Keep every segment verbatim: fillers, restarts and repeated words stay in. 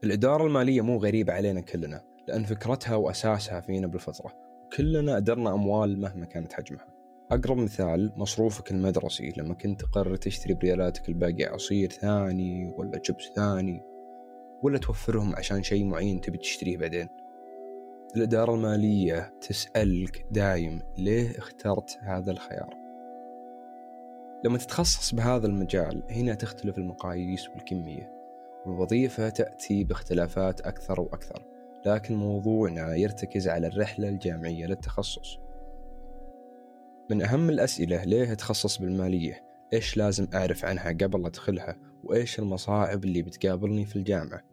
الإدارة المالية مو غريبة علينا كلنا، لأن فكرتها وأساسها فينا بالفطرة، كلنا أدرنا أموال مهما كانت حجمها. أقرب مثال مصروفك المدرسي، لما كنت تقرر تشتري بريالاتك الباقي عصير ثاني ولا شيبس ثاني، ولا توفرهم عشان شيء معين تبي تشتريه بعدين. الإدارة المالية تسألك دايم ليه اخترت هذا الخيار. لما تتخصص بهذا المجال هنا تختلف المقاييس والكمية، والوظيفة تأتي باختلافات أكثر وأكثر، لكن موضوعنا يرتكز على الرحلة الجامعية للتخصص. من أهم الأسئلة ليه أتخصص بالمالية؟ إيش لازم أعرف عنها قبل أدخلها؟ وإيش المصاعب اللي بتقابلني في الجامعة؟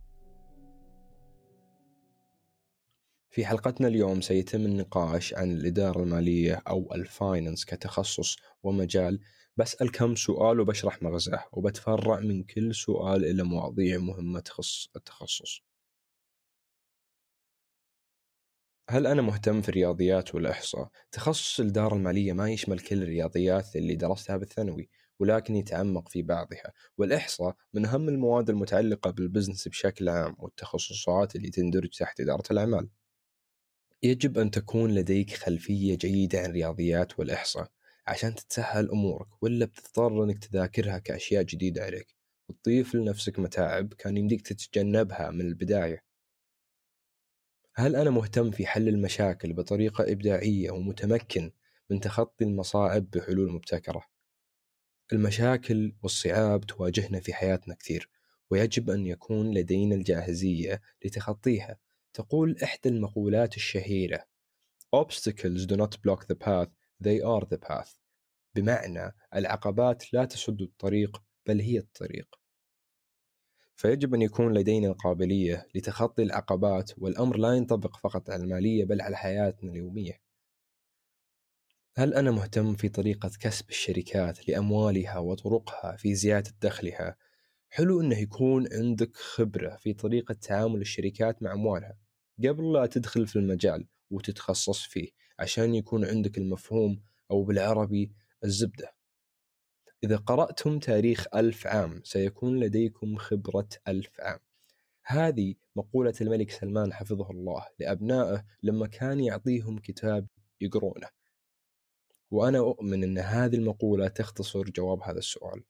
في حلقتنا اليوم سيتم النقاش عن الإدارة المالية أو الفاينانس كتخصص ومجال. بسأل كم سؤال وبشرح مغزاه، وبتفرع من كل سؤال إلى مواضيع مهمة تخص التخصص. هل أنا مهتم في الرياضيات والإحصاء؟ تخصص الإدارة المالية ما يشمل كل الرياضيات اللي درستها بالثانوي، ولكن يتعمق في بعضها. والإحصاء من أهم المواد المتعلقة بالبزنس بشكل عام، والتخصصات اللي تندرج تحت إدارة الأعمال. يجب أن تكون لديك خلفية جيدة عن الرياضيات والإحصاء عشان تتسهل أمورك، ولا بتضطر أنك تذاكرها كأشياء جديدة عليك، وتضيف لنفسك متاعب كان يمديك تتجنبها من البداية. هل أنا مهتم في حل المشاكل بطريقة إبداعية ومتمكن من تخطي المصاعب بحلول مبتكرة؟ المشاكل والصعاب تواجهنا في حياتنا كثير، ويجب أن يكون لدينا الجاهزية لتخطيها. تقول إحدى المقولات الشهيرة: Obstacles do not block the path, they are the path. بمعنى العقبات لا تسد الطريق، بل هي الطريق. فيجب أن يكون لدينا القابلية لتخطي العقبات، والأمر لا ينطبق فقط على المالية بل على حياتنا اليومية. هل أنا مهتم في طريقة كسب الشركات لأموالها وطرقها في زيادة دخلها؟ حلو أنه يكون عندك خبرة في طريقة تعامل الشركات مع أموالها قبل لا تدخل في المجال وتتخصص فيه، عشان يكون عندك المفهوم، أو بالعربي الزبدة. إذا قرأتم تاريخ ألف عام سيكون لديكم خبرة ألف عام. هذه مقولة الملك سلمان حفظه الله لأبنائه لما كان يعطيهم كتاب يقرونه، وأنا أؤمن أن هذه المقولة تختصر جواب هذا السؤال.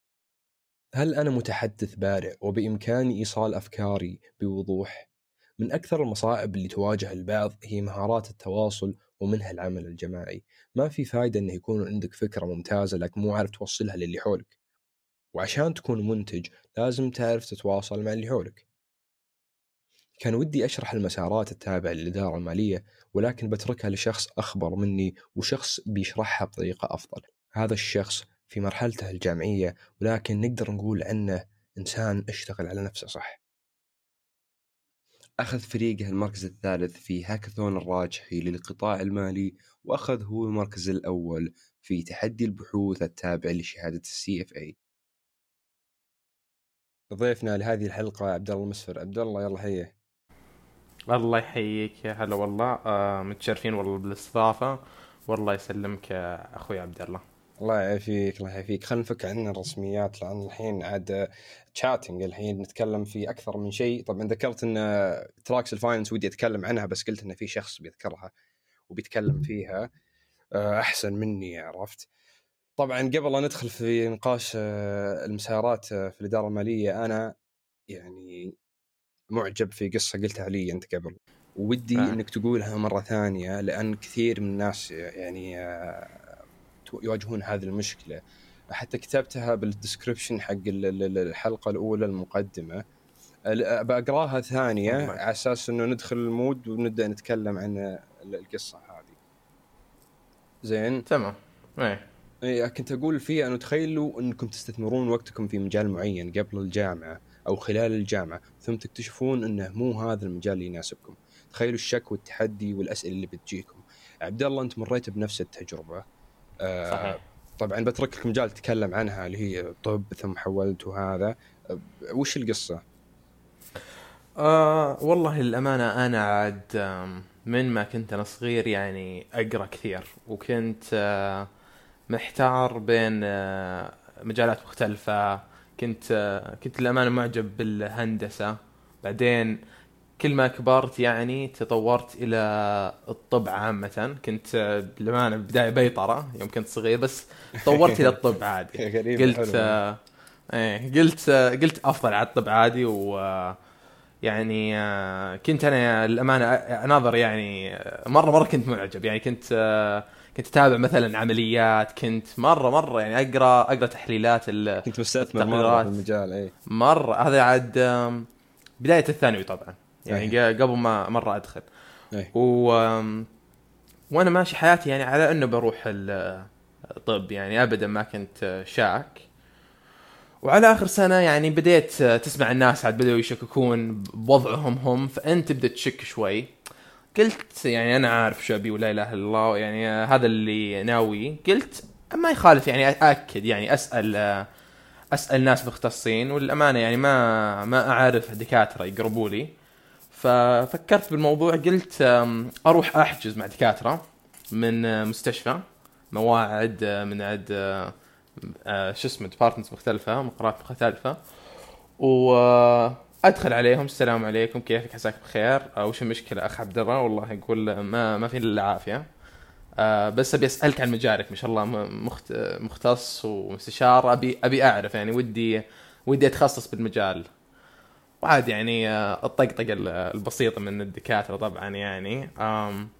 هل أنا متحدث بارع وبإمكاني إيصال أفكاري بوضوح؟ من أكثر المصاعب اللي تواجه البعض هي مهارات التواصل، ومنها العمل الجماعي. ما في فايدة أنه يكون عندك فكرة ممتازة لكن مو عارف توصلها للي حولك. وعشان تكون منتج لازم تعرف تتواصل مع اللي حولك. كان ودي أشرح المسارات التابعة للإدارة المالية، ولكن بتركها لشخص أخبر مني وشخص بيشرحها بطريقة أفضل. هذا الشخص في مرحلته الجامعية، ولكن نقدر نقول عنه إنسان اشتغل على نفسه صح. أخذ فريقه المركز الثالث في هاكاثون الراجحي للقطاع المالي، وأخذ هو المركز الأول في تحدي البحوث التابع لشهادة السي اف اي. ضيفنا لهذه الحلقة عبد الله المسفر. عبد الله يلا هيه. الله يحييك يا هلا والله. آه متشرفين والله بالاستضافة، والله يسلمك يا أخوي عبد الله. الله يعافيك الله يعافيك. خلينا نفك عن الرسميات، لأن الحين عاد تشاتنج، الحين نتكلم في أكثر من شيء. طبعا ذكرت أن تراكس الفاينانس ودي أتكلم عنها، بس قلت أن في شخص بيذكرها وبيتكلم فيها أحسن مني، عرفت. طبعا قبل أن ندخل في نقاش المسارات في الإدارة المالية، أنا يعني معجب في قصة قلتها لي أنت قبل، ودي آه. أنك تقولها مرة ثانية، لأن كثير من الناس يعني يواجهون هذه المشكلة. حتى كتبتها بالديسكريبشن حق الحلقة الأولى المقدمة، بقراها ثانية على أساس أنه ندخل المود ونبدأ نتكلم عن القصة هذه. زين تمام. ايه إيه كنت أقول فيها أنه تخيلوا أنكم تستثمرون وقتكم في مجال معين قبل الجامعة أو خلال الجامعة، ثم تكتشفون أنه مو هذا المجال اللي يناسبكم. تخيلوا الشك والتحدي والأسئلة اللي بتجيكم. عبد الله أنت مريت بنفس التجربة. آه صحيح. طبعا بترك لك مجال تتكلم عنها اللي هي طب ثم حولت وهذا. آه وش القصة؟ آه والله للأمانة أنا عاد من ما كنت أنا صغير يعني أقرأ كثير، وكنت آه محتار بين آه مجالات مختلفة. كنت آه كنت للأمانة معجب بالهندسة، بعدين كل ما كبرت يعني تطورت إلى الطب عامة. كنت للأمانة بداية بيطرة يوم كنت صغير، بس طورت إلى الطب عادي. غريبة قلت حلوة. آه، ايه قلت آه، قلت أفضل على الطب عادي. و آه، يعني آه، كنت أنا الأمانة أناظر يعني آه، مرة مرة كنت معجب يعني. كنت آه، كنت أتابع مثلا عمليات، كنت مرة مرة يعني أقرأ أقرأ تحليلات ال- كنت مستثمر مرة في التقريرات. المجال. اي. مرة هذا عاد آم، بداية الثانوي طبعا، يعني اي. ق- قبل ما مرة أدخل. اي. و آم، وأنا ماشي حياتي يعني على أنه بروح الطب، يعني أبدا ما كنت شاك. وعلى آخر سنة يعني بديت تسمع الناس عاد بدأوا يشككون بوضعهم هم، فأنت تبدأ تشك شوي. قلت يعني أنا عارف شو أبي ولا إله إلا الله، يعني هذا اللي ناوي. قلت ما يخالف يعني أأكد، يعني أسأل أسأل ناس مختصين. والأمانة يعني ما ما أعرف دكاترة يقربوا لي. ففكرت بالموضوع، قلت أم، أروح أحجز مع دكاترة من آه، مستشفى مواعيد آه، من عند آه، آه، شو اسمه ديبارتمنتس مختلفة، مقرات مختلفة. وأدخل عليهم، السلام عليكم كيفك عساك بخير، آه، وش المشكلة أخ عبد الله؟ والله يقول ما ما في إلا العافية. آه بس ابي اسالك عن مجالك، ما شاء الله م- مخت... مختص ومستشار. ابي ابي اعرف يعني، ودي ودي اتخصص بالمجال. وعاد يعني آه، الطقطقه ال- البسيطه من الدكاتره طبعا يعني. آم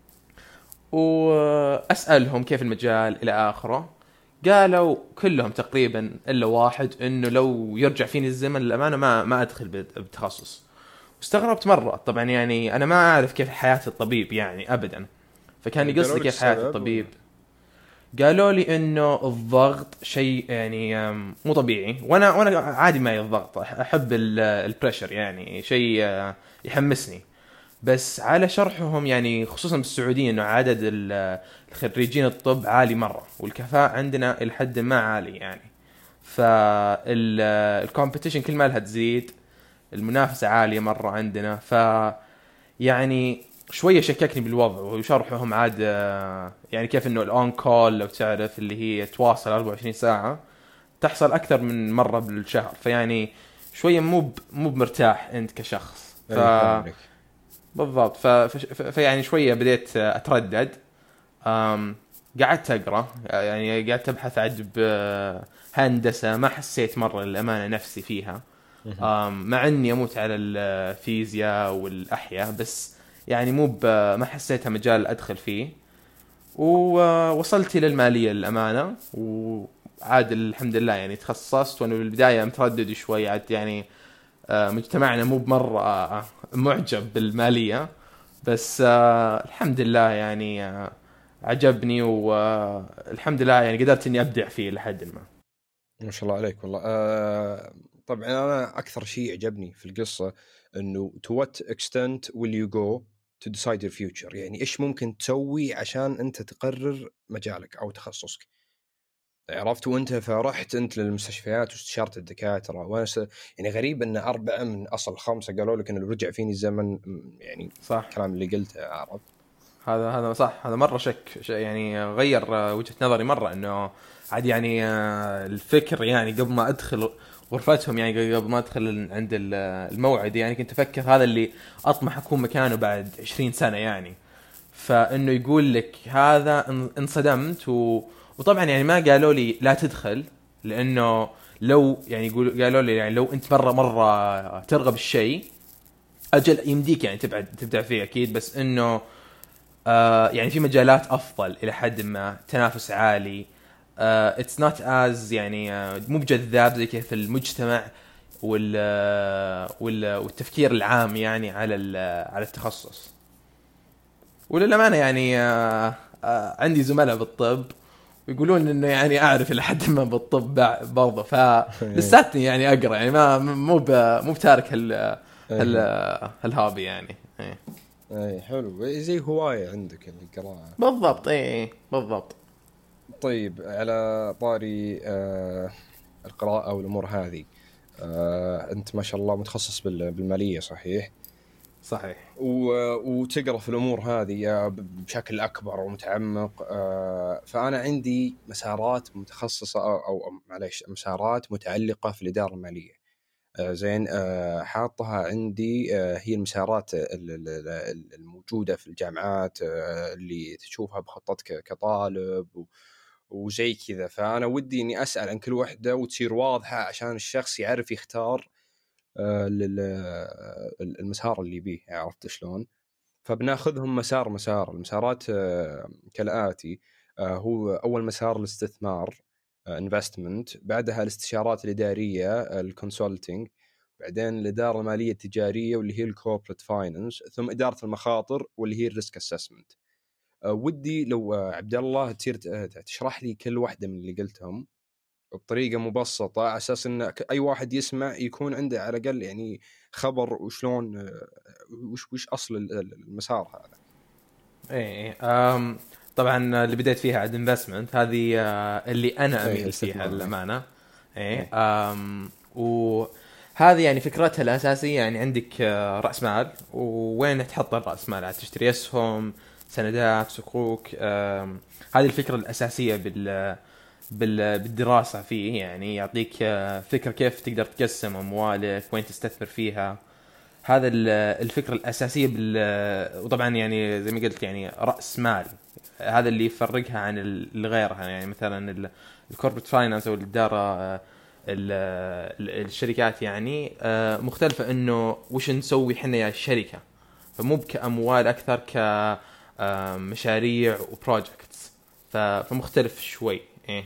واسالهم كيف المجال الى اخره. قالوا كلهم تقريبا الا واحد انه لو يرجع فيني الزمن للامانه ما ما ادخل بت- بتخصص. واستغربت مره طبعا، يعني انا ما اعرف كيف حياه الطبيب يعني ابدا. فكان قالوا يقصدي لك كيف حياه السبب الطبيب. ولا؟ قالوا لي انه الضغط شيء يعني أم، مو طبيعي. وانا وانا عادي معي الضغط، أح- احب البريشر يعني شيء آه، يحمسني. بس على شرحهم يعني خصوصا بالسعوديه انه عدد ال- الخريجين الطب عالي مره، والكفاءة عندنا الى حد ما عالي يعني. فالكومبيتيشن كل ما لها تزيد، المنافسه عاليه مره عندنا. ف يعني شويه شككني بالوضع. وشرحهم عاد آه، يعني كيف انه الاون كول لو تعرف اللي هي تواصل أربعة وعشرين ساعه، تحصل اكثر من مره بالشهر. فيعني شويه مو ب- مو بمرتاح انت كشخص. ف اي فاهم عليك. بالضبط. ف... ف... فيعني شويه بديت آه، اتردد. أم... قعدت اقرا يعني، قعدت ابحث عاد بهندسه. ما حسيت مره للامانه نفسي فيها. مهم. أم، مع اني اموت على الفيزياء والاحياء، بس يعني مو ب- ما حسيتها مجال ادخل فيه. ووصلت الى الماليه للامانه. وعاد الحمد لله يعني تخصصت. وانا بالبدايه متردد شوي عاد يعني آه، مجتمعنا مو بمره آه، معجب بالماليه. بس آه، الحمد لله يعني آه، عجبني. والحمد لله يعني قدرت اني ابدع فيه لحد ما. ما شاء الله عليك والله. آه طبعا انا اكثر شيء عجبني في القصه انه to what extent will you go to decide your future، يعني ايش ممكن تسوي عشان انت تقرر مجالك او تخصصك. عرفت؟ وانت فرحت انت للمستشفيات واستشارت الدكاتره. وانا س... يعني غريب ان اربعه من اصل خمسه قالوا لك انه لو رجع فيني الزمن م- يعني صح. الكلام اللي قلته. عرفت؟ هذا هذا صح. هذا مره شك ش- يعني غير آه، وجهة نظري مره. انه عاد يعني آه، الفكر يعني قبل ما ادخل غرفتهم، يعني قبل ما ادخل عند ال- الموعد، يعني كنت افكر هذا اللي اطمح اكون مكانه بعد عشرين سنة يعني. فانه يقول لك هذا ان- انصدمت. و... وطبعا يعني ما قالوا لي لا تدخل، لانه لو يعني يقول قالوا لي يعني لو انت مره مره ترغب الشيء اجل يمديك يعني تبعد تبدع فيه اكيد. بس انه آه يعني في مجالات افضل الى حد ما، تنافس عالي. اتس نوت از يعني آه مو بجذاب زي كيف المجتمع وال آه، وال والتفكير العام يعني على ال- على التخصص. وللأمانة يعني آه آه عندي زملاء بالطب ويقولون انه يعني اعرف الى حد ما بالطب بع- برضه. ايه. فلساتني يعني اقرا يعني ما مو ب- مو بتارك هال هال ايه. هالهابي يعني. إيه. ايه حلو، زي هوايه عندك القراءه. بالضبط. ايه بالضبط. طيب على طاري آه القراءة والأمور هذه، آه أنت ما شاء الله متخصص بال- بالمالية صحيح؟ صحيح. و- وتقرأ في الأمور هذه آه، ب- بشكل أكبر ومتعمق. آه فأنا عندي مسارات متخصصة أو, أو معليش مسارات متعلقة في الإدارة المالية. آه، زين آه، حاطها عندي آه، هي المسارات ال- ال- ال- الموجودة في الجامعات آه، اللي تشوفها بخطتك كطالب و- وزي كذا. فأنا ودي إني أسأل عن كل واحدة وتصير واضحة عشان الشخص يعرف يختار آه، لل- ال- المسار اللي بيه. عرفت شلون؟ فبناخذهم مسار مسار. المسارات آه، كالآتي: آه، هو أول مسار الاستثمار انفستمنت، بعدها الاستشارات الإدارية الكونسلتنج، بعدين الإدارة المالية التجارية واللي هي الكوربريت فاينانس، ثم إدارة المخاطر واللي هي الريسك اسسمنت. ودي لو آه، عبد الله تصير ت- آه، تشرح لي كل واحدة من اللي قلتهم بطريقة مبسطة على أساس أن ك- أي واحد يسمع يكون عنده على الأقل يعني خبر وشلون آه، وش وش أصل ال- ال- المسار هذا. ايه أم طبعا اللي بديت فيها عاد انفستمنت هذه آه، اللي انا اي اميل فيها استثمار. اي للامانه. ايه اي أم وهذه يعني فكرتها الاساسيه، يعني عندك آه، راس مال، ووين تحط الراس مال؟ عاد تشتري اسهم، سندات، صكوك. أم، هذه الفكره الاساسيه بال بال- بالدراسه فيه، يعني يعطيك آه، فكره كيف تقدر تقسم اموالك، وين تستثمر فيها. هذا ال- الفكرة الأساسية بال وطبعا يعني زي ما قلت يعني رأس مال، هذا اللي يفرقها عن ال- غيرها. يعني مثلا الكوربريت فاينانس أو الإدارة آه، ال- ال- الشركات يعني آه، مختلفة، إنه وش نسوي حنا يا الشركة، فمو كأموال أكثر كمشاريع وبروجكتس، فمختلف شوي. إيه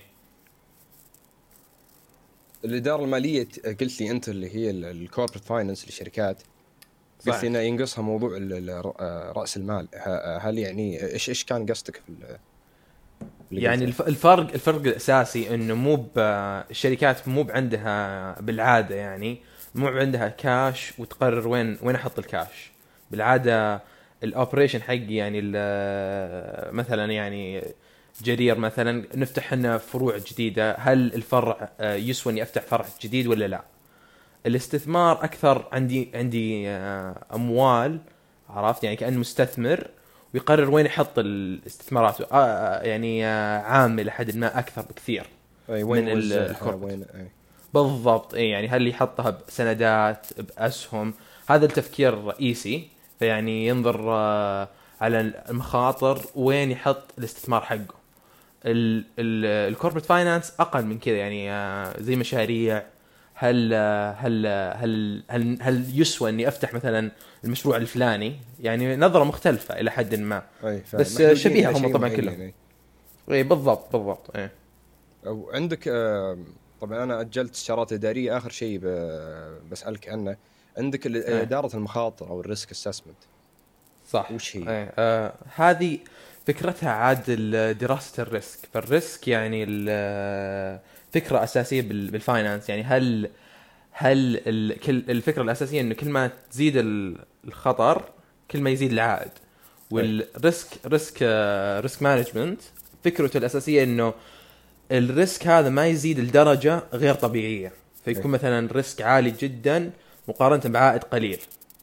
الإدارة المالية ت- قلت لي أنت اللي هي الكوربريت فاينانس للشركات، قلت صح. لي إنه ينقصها موضوع ال- ال- آه، رأس المال. ه- هل يعني إيش إيش كان قصدك في ال- اللي يعني قلته؟ الف- الفرق الفرق الاساسي انه مو ب- الشركات مو عندها بالعاده، يعني مو عندها كاش وتقرر وين وين احط الكاش. بالعاده الاوبريشن حقي يعني ال- مثلا يعني جرير مثلا نفتح لنا فروع جديده، هل الفرع آه، يسوى اني افتح فرع جديد ولا لا؟ الاستثمار اكثر عندي عندي آه، اموال، عرفت؟ يعني كأنه مستثمر ويقرر وين يحط الاستثمارات. آه، آه، يعني آه، عام الى حد ما اكثر بكثير أي وين من ال- يوزعها الكوربريت. وين؟ أي بالضبط. اي يعني هل يحطها بسندات، باسهم؟ هذا التفكير الرئيسي. فيعني ينظر آه، على المخاطر وين يحط الاستثمار حقه. الكوربريت فاينانس اقل من كذا، يعني آه، زي مشاريع. هل آه، هل آه، هل هل هل يسوى اني افتح مثلا المشروع الفلاني؟ يعني نظره مختلفه الى حد ما، أي بس آه، فمحدودين شبيهه إلى هم شيء طبعا معين. كلهم. أي اي بالضبط بالضبط. ايه أو عندك آه، طبعا أنا أجلت استشارات إدارية آخر شيء ب- بسألك عنه. عندك ال- ايه إدارة المخاطر أو الريسك اسسمنت، صح. وش هي؟ ايه آه هذه فكرتها عاد ال- دراسه الريسك. فالريسك يعني ال- فكره اساسيه بال- بالفاينانس. يعني هل هل ال- كل الفكره الاساسيه انه كل ما تزيد ال- الخطر كل ما يزيد العائد. أي والريسك ريسك ريسك مانجمنت فكرته الاساسيه انه الريسك هذا ما يزيد لدرجه غير طبيعيه، أي فيكون مثلا ريسك عالي جدا مقارنه بعائد قليل.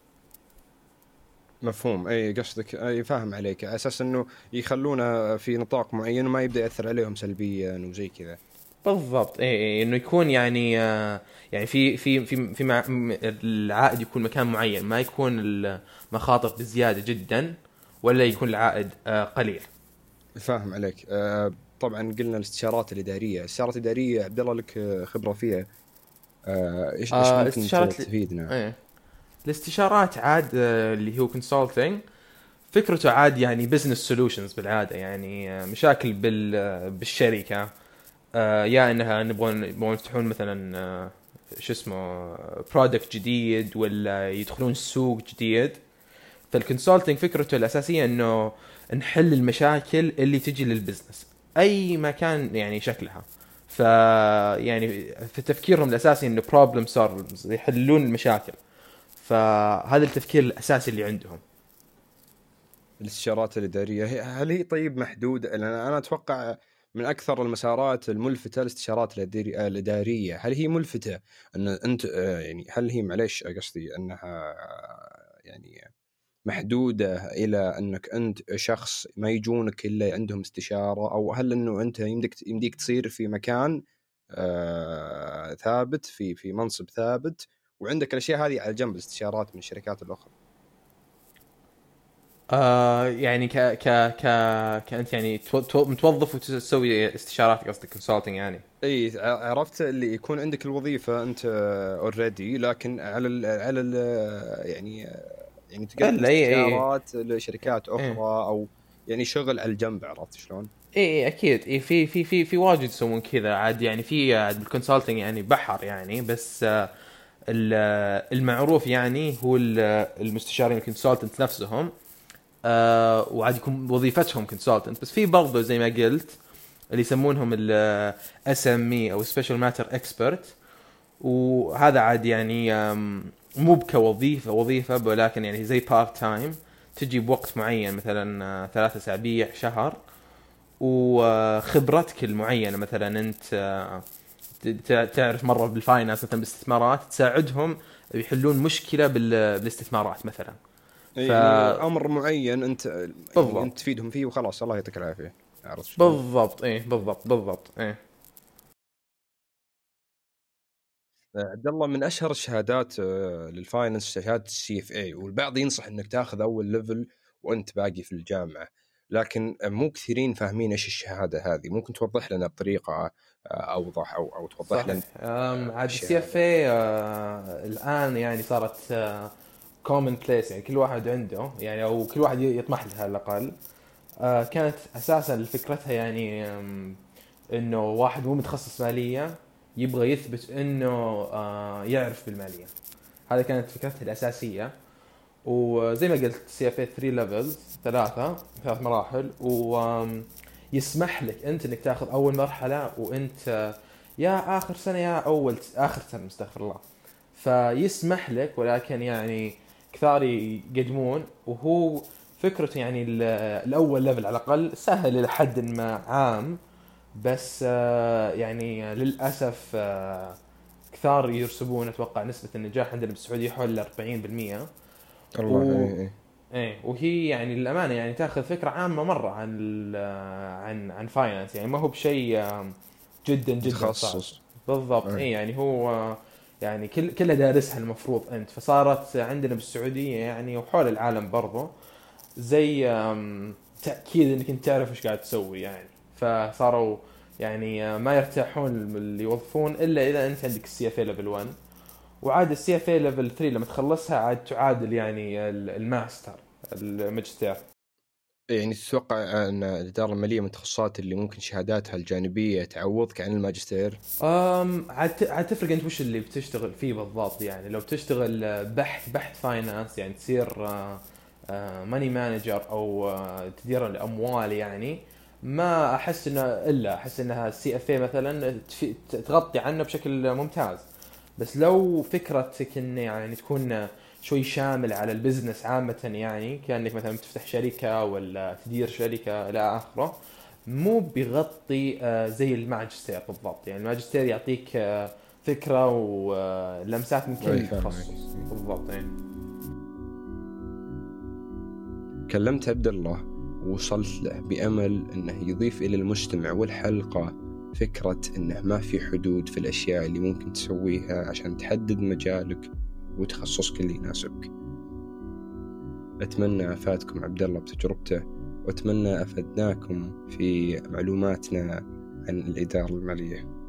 مفهوم. اي قصدك اي فاهم عليك، على اساس انه يخلونه في نطاق معين وما يبدا ياثر عليهم سلبيا وزي كذا. بالضبط. اي اي انه يكون يعني آه، يعني في في في في مع م- العائد يكون مكان معين، ما يكون المخاطر بزياده جدا، ولا يكون العائد آه، قليل. فاهم عليك. آه طبعا قلنا الاستشارات الاداريه. الاستشارات الاداريه عبد الله لك آه، خبره فيها. آه ايش ايش آه ممكن ت- استشارات ل... تفيدنا؟ ايه الاستشارات عاد آه، اللي هو كونسلتنج، فكرته عاد يعني بزنس سولوشنز بالعاده، يعني آه، مشاكل بال آه، بالشركه. آه، يا انها نبغون نبغون يفتحون مثلا آه، شو اسمه برودكت جديد، ولا يدخلون سوق جديد. فالكونسلتنج فكرته الاساسيه انه نحل المشاكل اللي تجي للبزنس اي ما كان يعني شكلها. ف يعني في تفكيرهم الاساسي انه بروبلم سولفرز، يحلون المشاكل. فهذا التفكير الاساسي اللي عندهم. الاستشارات الاداريه هي- هل هي طيب محدوده؟ لان انا اتوقع من اكثر المسارات الملفته الاستشارات الإداري- الاداريه. هل هي ملفته ان انت آه، يعني هل هي معليش قصدي انها آه، يعني محدودة إلى أنك أنت شخص ما يجونك إلا عندهم استشارة، أو هل أنه أنت يمديك يمديك تصير في مكان آه ثابت في في منصب ثابت وعندك الاشياء هذه على جنب، الاستشارات من الشركات الاخرى. آه يعني ك ك ك كأنت يعني تو- تو- متوظف وتسوي استشارات، قصدك كونسلتنج يعني. اي عرفت، اللي يكون عندك الوظيفه انت اوريدي، لكن على ال على ال يعني يعني تقدم الا اي اي استشارات لشركات اخرى، ايه او يعني شغل على الجنب، عرفت شلون؟ اي اي اكيد. اي في في في في واجد يسوون كذا عاد يعني. في عاد بالكونسلتنج يعني بحر يعني. بس آه، ال- آه، المعروف يعني هو ال- آه، المستشارين الكونسلتنت نفسهم. آه وعاد يكون وظيفتهم كونسلتنت. بس في برضه زي ما قلت اللي يسمونهم ال اس ام اي او سبيشال ماتر اكسبرت. وهذا عاد يعني آم، مو بكوظيفه وظيفه، ولكن يعني زي بارت تايم، تجي بوقت معين مثلا آه، ثلاثة اسابيع شهر. وخبرتك المعينه مثلا انت آه، ت- تعرف مره بالفاينانس مثلا بالاستثمارات، تساعدهم يحلون مشكله بال- بالاستثمارات مثلا. إي ف يعني امر معين انت يعني انت بالضبط تفيدهم فيه وخلاص، الله يعطيك العافيه، عرفت شلون؟ بالضبط ايه بالضبط بالضبط ايه. عبد الله، من اشهر الشهادات آه، للفاينانس شهاده السي اف اي، والبعض ينصح انك تاخذ اول ليفل وانت باقي في الجامعه، لكن مو كثيرين فاهمين ايش الشهاده هذه. ممكن توضح لنا بطريقه آه، اوضح، او او توضح لنا صحيح. أم، عاد السي اف الشهاده؟ اي الان يعني صارت كومن بليس، يعني كل واحد عنده يعني، او كل واحد يطمح لها على الاقل. آه، كانت اساسا فكرتها يعني أم، انه واحد مو متخصص ماليه يبغى يثبت انه آه، يعرف بالماليه. هذه كانت فكرتها الاساسيه. وزي ما قلت سي اف اي ثلاثة ليفلز، ثلاثه ثلاث مراحل. ويسمح لك انت انك تاخذ اول مرحله وانت آه، يا اخر سنه يا اول اخر سنه، مستغفر الله. فيسمح لك، ولكن يعني كثار يقدمون. وهو فكرته يعني ال- الاول ليفل على الاقل سهل الى حد ما عام. بس آه، يعني للاسف آه، كثار يرسبون. اتوقع نسبه النجاح عندنا بالسعوديه حول أربعين بالمئة. الله. و إيه إيه. ايه وهي يعني للامانه يعني تاخذ فكره عامه مره عن ال عن عن فاينانس، يعني ما هو بشيء آم، جدا جدا صعب. متخصص. بالضبط إيه. ايه يعني هو آه، يعني كل كلها دارسها المفروض انت. فصارت عندنا بالسعوديه يعني وحول العالم برضو زي آم، تاكيد انك انت تعرف ايش قاعد تسوي يعني. فصاروا يعني آه، ما يرتاحون اللي يوظفون الا اذا انت عندك السي اف اي ليفل واحد. وعاد السي اف اي ليفل ثلاثة لما تخلصها عاد تعادل يعني ال- الماستر، الماجستير. يعني تتوقع ان الاداره الماليه من التخصصات اللي ممكن شهاداتها الجانبيه تعوضك عن الماجستير؟ أم عاد عاد تفرق انت وش اللي بتشتغل فيه بالضبط. يعني لو تشتغل آه، بحث بحث فاينانس يعني تصير ماني مانجر او آه، تدير الاموال يعني، ما احس انه الا احس انها السي اف اي مثلا تفي- تغطي عنه بشكل ممتاز. بس لو فكرتك انه يعني تكون شوي شامل على البزنس عامة، يعني كأنك مثلا تفتح شركة ولا تدير شركة إلى آخره، مو بيغطي آه، زي الماجستير بالضبط. يعني الماجستير يعطيك آه، فكرة ولمسات من اي كل فاهم تخصص. عليك. بالضبط يعني. كلمت عبد الله ووصلت له بأمل أنه يضيف إلى المجتمع والحلقة فكرة أنه ما في حدود في الأشياء اللي ممكن تسويها عشان تحدد مجالك وتخصصك اللي يناسبك. أتمنى أفادكم عبد الله بتجربته، وأتمنى أفدناكم في معلوماتنا عن الإدارة المالية.